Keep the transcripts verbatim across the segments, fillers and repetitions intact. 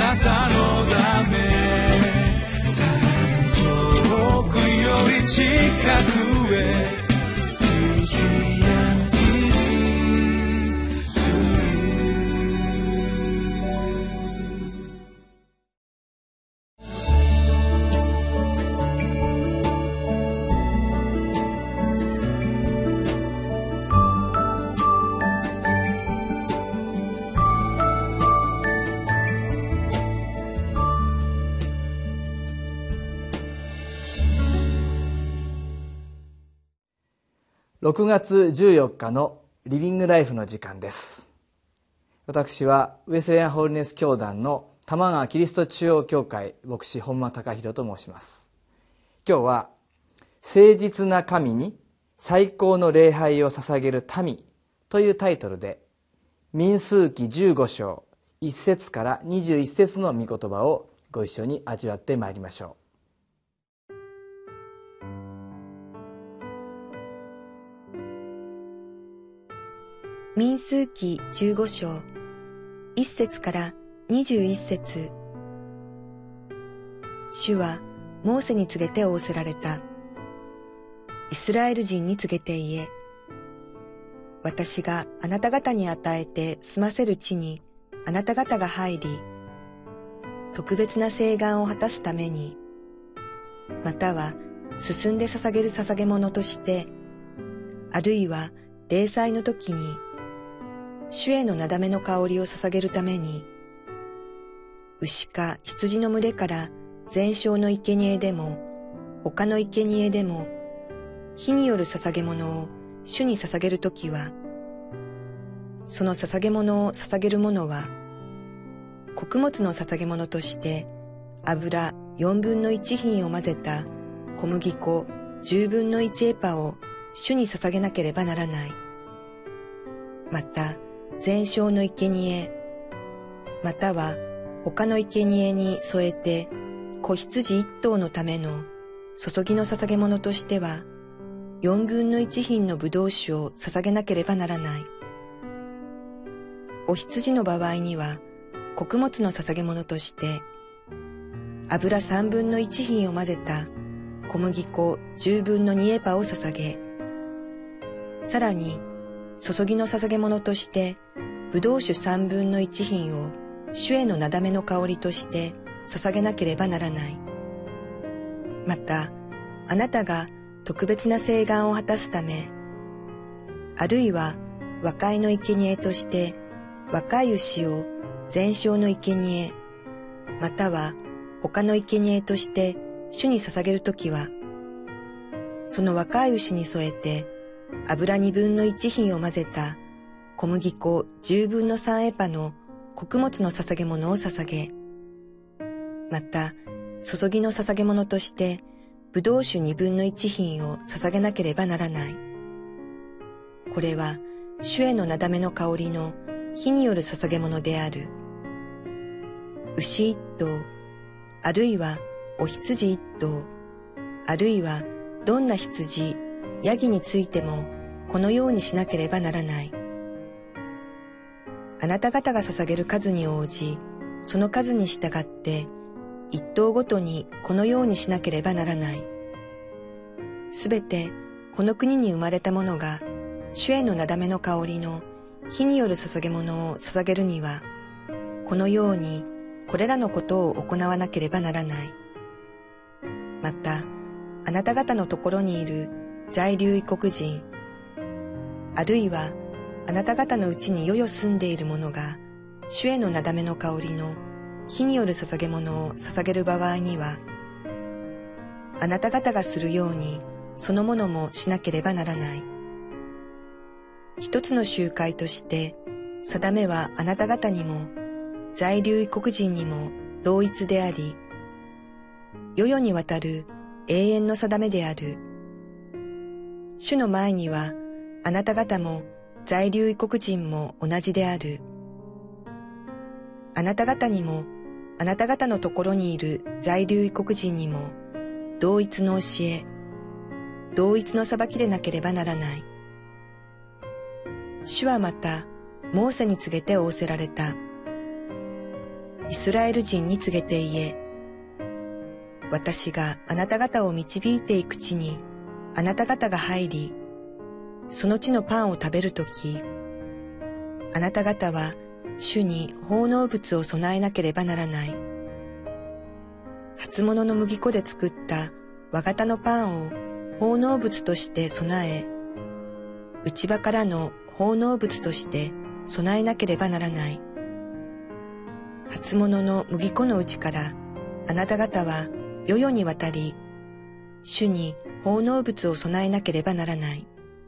なたのため遠くより近くへろくがつじゅうよっかのリビングライフの時間です。私はウェスレアンホールネス教団の玉川キリスト中央教会牧師本間隆弘と申します。今日は誠実な神に最高の礼拝を捧げる民というタイトルで民数記じゅうごしょういっせつからにじゅういっせつの御言葉をご一緒に味わってまいりましょう。 民数記じゅうごしょういっせつからにじゅういっせつ。主はモーセに告げて仰せられた。イスラエル人に告げて言え。私があなた方に与えて住ませる地にあなた方が入り、特別な誓願を果たすために、または進んで捧げる捧げ物として、あるいは礼祭の時に、主へのなだめの香りを捧げるために、牛か羊の群れから全焼の生贄でも、他の生贄でも、火による捧げ物を主に捧げるときは、その捧げ物を捧げる者は、穀物の捧げ物として油四分の一品を混ぜた小麦粉十分の一エパを主に捧げなければならない。また、全焼の生贄、または他の生贄に添えて子羊一頭のための注ぎの捧げ物としては、四分の一品の葡萄酒を捧げなければならない。お羊の場合には、穀物の捧げ物として、油三分の一品を混ぜた小麦粉十分の二エパを捧げ、さらに、注ぎの捧げ物として、葡萄酒三分の一品を主へのなだめの香りとして捧げなければならない。また、あなたが特別な誓願を果たすため、あるいは和解の生贄として若い牛を全焼の生贄、または他の生贄として主に捧げるときは、その若い牛に添えて油二分の一品を混ぜた小麦粉十分の三エパの穀物の捧げ物を捧げ、また注ぎの捧げ物として葡萄酒二分の一品を捧げなければならない。これは主へのなだめの香りの火による捧げ物である。牛一頭、あるいはお羊一頭、あるいはどんな羊、ヤギについてもこのようにしなければならない。あなた方が捧げる数に応じ、その数に従って一頭ごとにこのようにしなければならない。すべてこの国に生まれた者が主へのなだめの香りの火による捧げ物を捧げるには、このようにこれらのことを行わなければならない。また、あなた方のところにいる在留異国人、あるいはあなた方のうちに世々住んでいる者が主へのなだめの香りの火による捧げ物を捧げる場合には、あなた方がするようにそのものもしなければならない。一つの集会として定めはあなた方にも在留異国人にも同一であり、世々にわたる永遠の定めである。主の前にはあなた方も在留異国人も同じである。あなた方にもあなた方のところにいる在留異国人にも同一の教え、同一の裁きでなければならない。主はまたモーセに告げて仰せられた。 イスラエル人に告げて言え。私があなた方を導いていく地にあなた方が入り、その地のパンを食べるとき、あなた方は主に奉納物を備えなければならない。初物の麦粉で作った和型のパンを奉納物として備え、内場からの奉納物として備えなければならない。初物の麦粉のうちからあなた方は世々にわたり、主に奉納物を備えなければならない。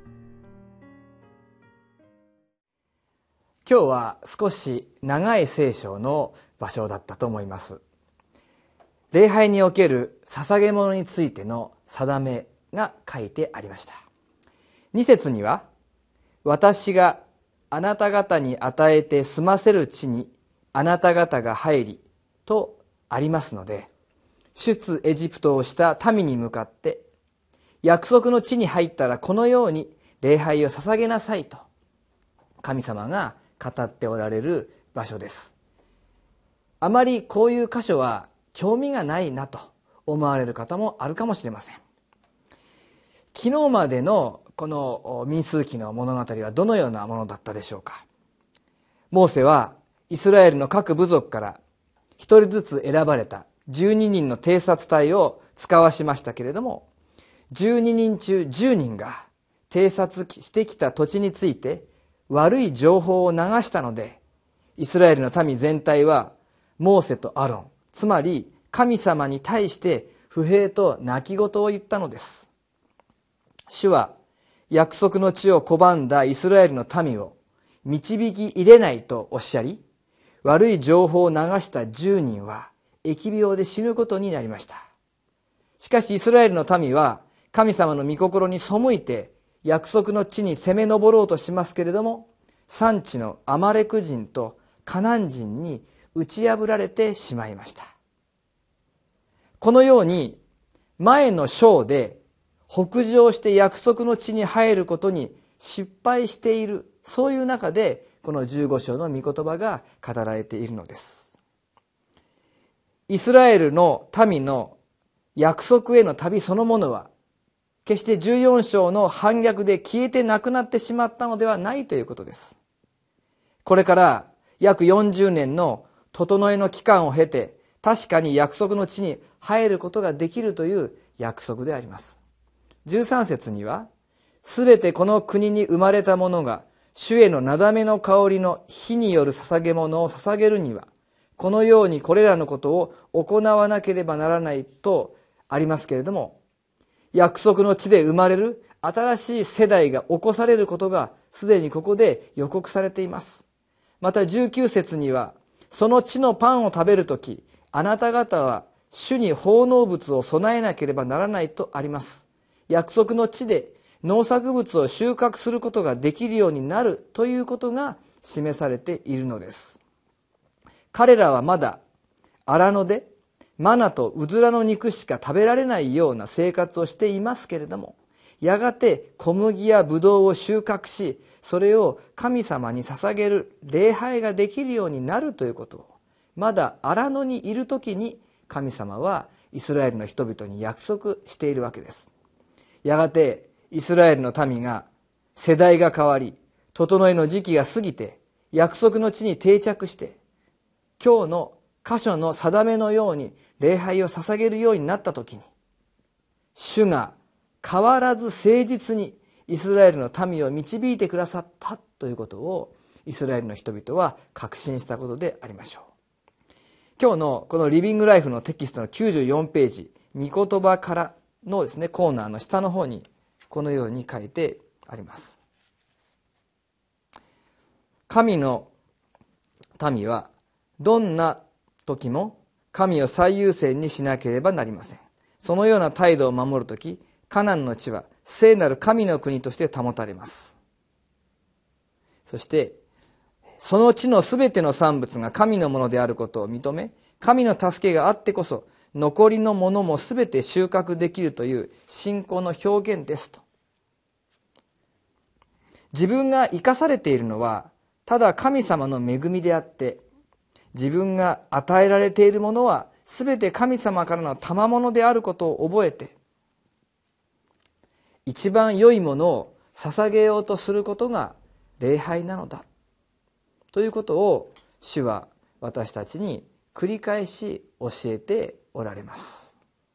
今日は少し長い聖書の場所だったと思います。礼拝における捧げ物についての定めが書いてありました。に節には、私があなた方に与えて住ませる地にあなた方が入りとありますので、出エジプトをした民に向かって、約束の地に入ったらこのように礼拝を捧げなさいと神様が語っておられる場所です。あまりこういう箇所は興味がないなと思われる方もあるかもしれません。昨日までのこの民数記の物語はどのようなものだったでしょうか。モーセはイスラエルの各部族から一人ずつ選ばれたじゅうににんの偵察隊を使わしましたけれども、じゅうににん中じゅうにんが偵察してきた土地について悪い情報を流したので、イスラエルの民全体はモーセとアロン、つまり神様に対して不平と泣き言を言ったのです。主は約束の地を拒んだイスラエルの民を導き入れないとおっしゃり、悪い情報を流したじゅうにんは疫病で死ぬことになりました。しかしイスラエルの民は神様の御心に背いて約束の地に攻め上ろうとしますけれども、産地のアマレク人とカナン人に打ち破られてしまいました。このように前の章で北上して約束の地に入ることに失敗している、そういう中でこのじゅうご章の御言葉が語られているのです。イスラエルの民の約束への旅そのものは決してじゅうよん章の反逆で消えてなくなってしまったのではないということです。これから約よんじゅうねんの整えの期間を経て、確かに約束の地に入ることができるという約束であります。じゅうさん節には、すべてこの国に生まれた者が主へのなだめの香りの火による捧げ物を捧げるには、このようにこれらのことを行わなければならないとありますけれども、約束の地で生まれる新しい世代が起こされることがすでにここで予告されています。またじゅうきゅう節には、その地のパンを食べるとき、あなた方は主に奉納物を備えなければならないとあります。約束の地で農作物を収穫することができるようになるということが示されているのです。彼らはまだ荒野でマナとうずらの肉しか食べられないような生活をしていますけれども、やがて小麦やブドウを収穫し、それを神様に捧げる礼拝ができるようになるということを、まだ荒野にいる時に神様はイスラエルの人々に約束しているわけです。やがてイスラエルの民が世代が変わり、整えの時期が過ぎて約束の地に定着して、今日の箇所の定めのように礼拝を捧げるようになった時に、主が変わらず誠実にイスラエルの民を導いてくださったということをイスラエルの人々は確信したことでありましょう。今日のこのリビングライフのテキストのきゅうじゅうよんページ、御言葉からのですね、コーナーの下の方にこのように書いてあります。神の民はどんな時も神を最優先にしなければなりません。そのような態度を守るとき、カナンの地は聖なる神の国として保たれます。そしてその地のすべての産物が神のものであることを認め、神の助けがあってこそ残りのものもすべて収穫できるという信仰の表現ですと。自分が生かされているのはただ神様の恵みであって、 自分が与えられているものはすべて神様からの賜物であることを覚えて、一番良いものを捧げようとすることが礼拝なのだということを主は私たちに繰り返し教えておられます。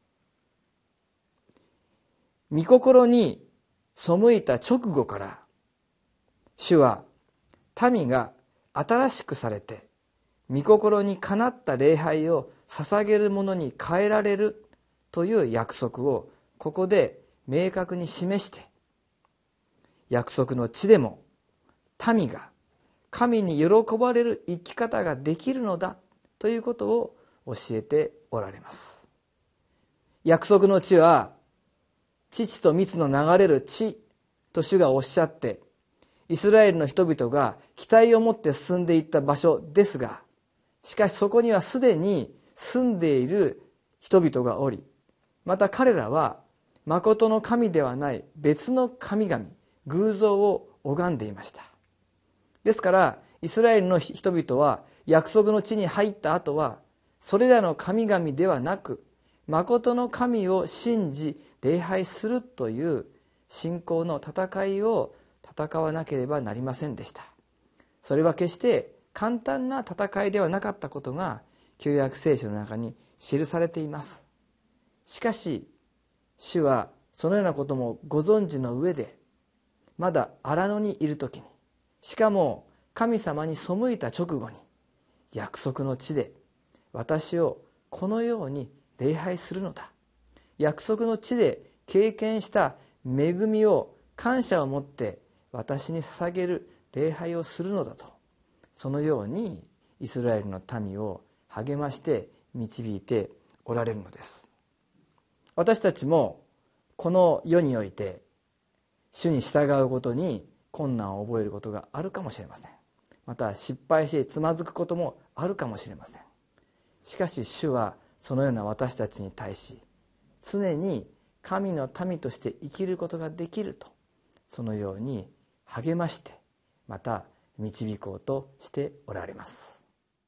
御心に背いた直後から主は民が新しくされて御心にかなった礼拝を捧げるものに変えられるという約束をここで明確に示して、約束の地でも民が神に喜ばれる生き方ができるのだということを教えておられます。約束の地は乳と蜜の流れる地と主がおっしゃって、イスラエルの人々が期待を持って進んでいった場所ですが、しかしそこにはすでに住んでいる人々がおり、また彼らは誠の神ではない別の神々、偶像を拝んでいました。ですからイスラエルの人々は約束の地に入った後は、それらの神々ではなく誠の神を信じ礼拝するという信仰の戦いを戦わなければなりませんでした。それは決して簡単な戦いではなかったことが旧約聖書の中に記されています。しかし主はそのようなこともご存知の上で、まだ荒野にいる時に、しかも神様に背いた直後に、約束の地で私をこのように礼拝するのだ、約束の地で経験した恵みを感謝を持って私に捧げる礼拝をするのだと、そのようにイスラエルの民を励まして導いておられるのです。私たちもこの世において主に従うことに困難を覚えることがあるかもしれません。また失敗してつまずくこともあるかもしれません。しかし主はそのような私たちに対し、常に神の民として生きることができると、そのように励ましてまた導こうとしておられます。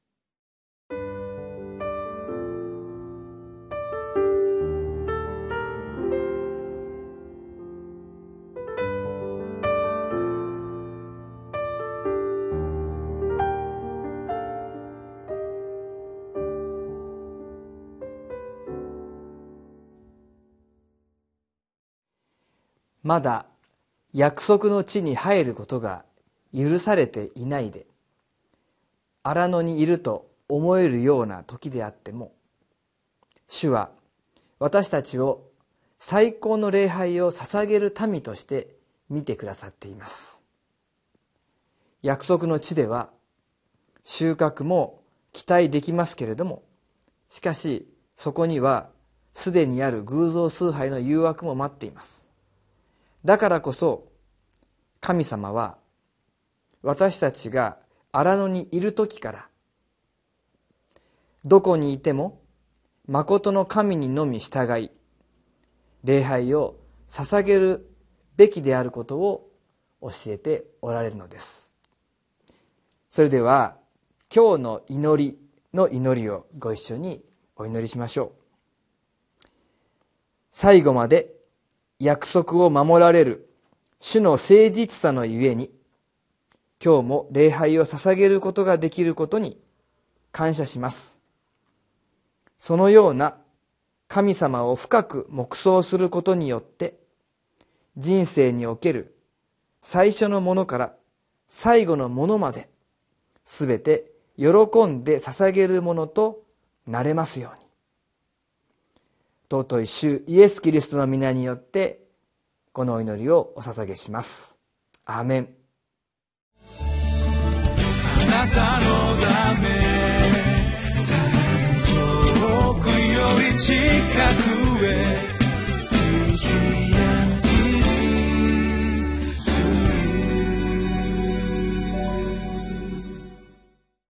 まだ約束の地に入ることが許されていないで、荒野にいると思えるような時であっても、主は私たちを最高の礼拝を捧げる民として見てくださっています。約束の地では収穫も期待できますけれども、しかしそこにはすでにある偶像崇拝の誘惑も待っています。だからこそ神様は私たちが荒野にいる時からどこにいても誠の神にのみ従い礼拝を捧げるべきであることを教えておられるのです。それでは今日の祈りの祈りをご一緒にお祈りしましょう。最後まで約束を守られる主の誠実さのゆえに、今日も礼拝を捧げることができることに感謝します。そのような神様を深く黙想することによって、人生における最初のものから最後のものまで、すべて喜んで捧げるものとなれますように。尊い主イエス・キリストの皆によってこのお祈りをお捧げします。アーメン。 あなたのため遠くより近くへ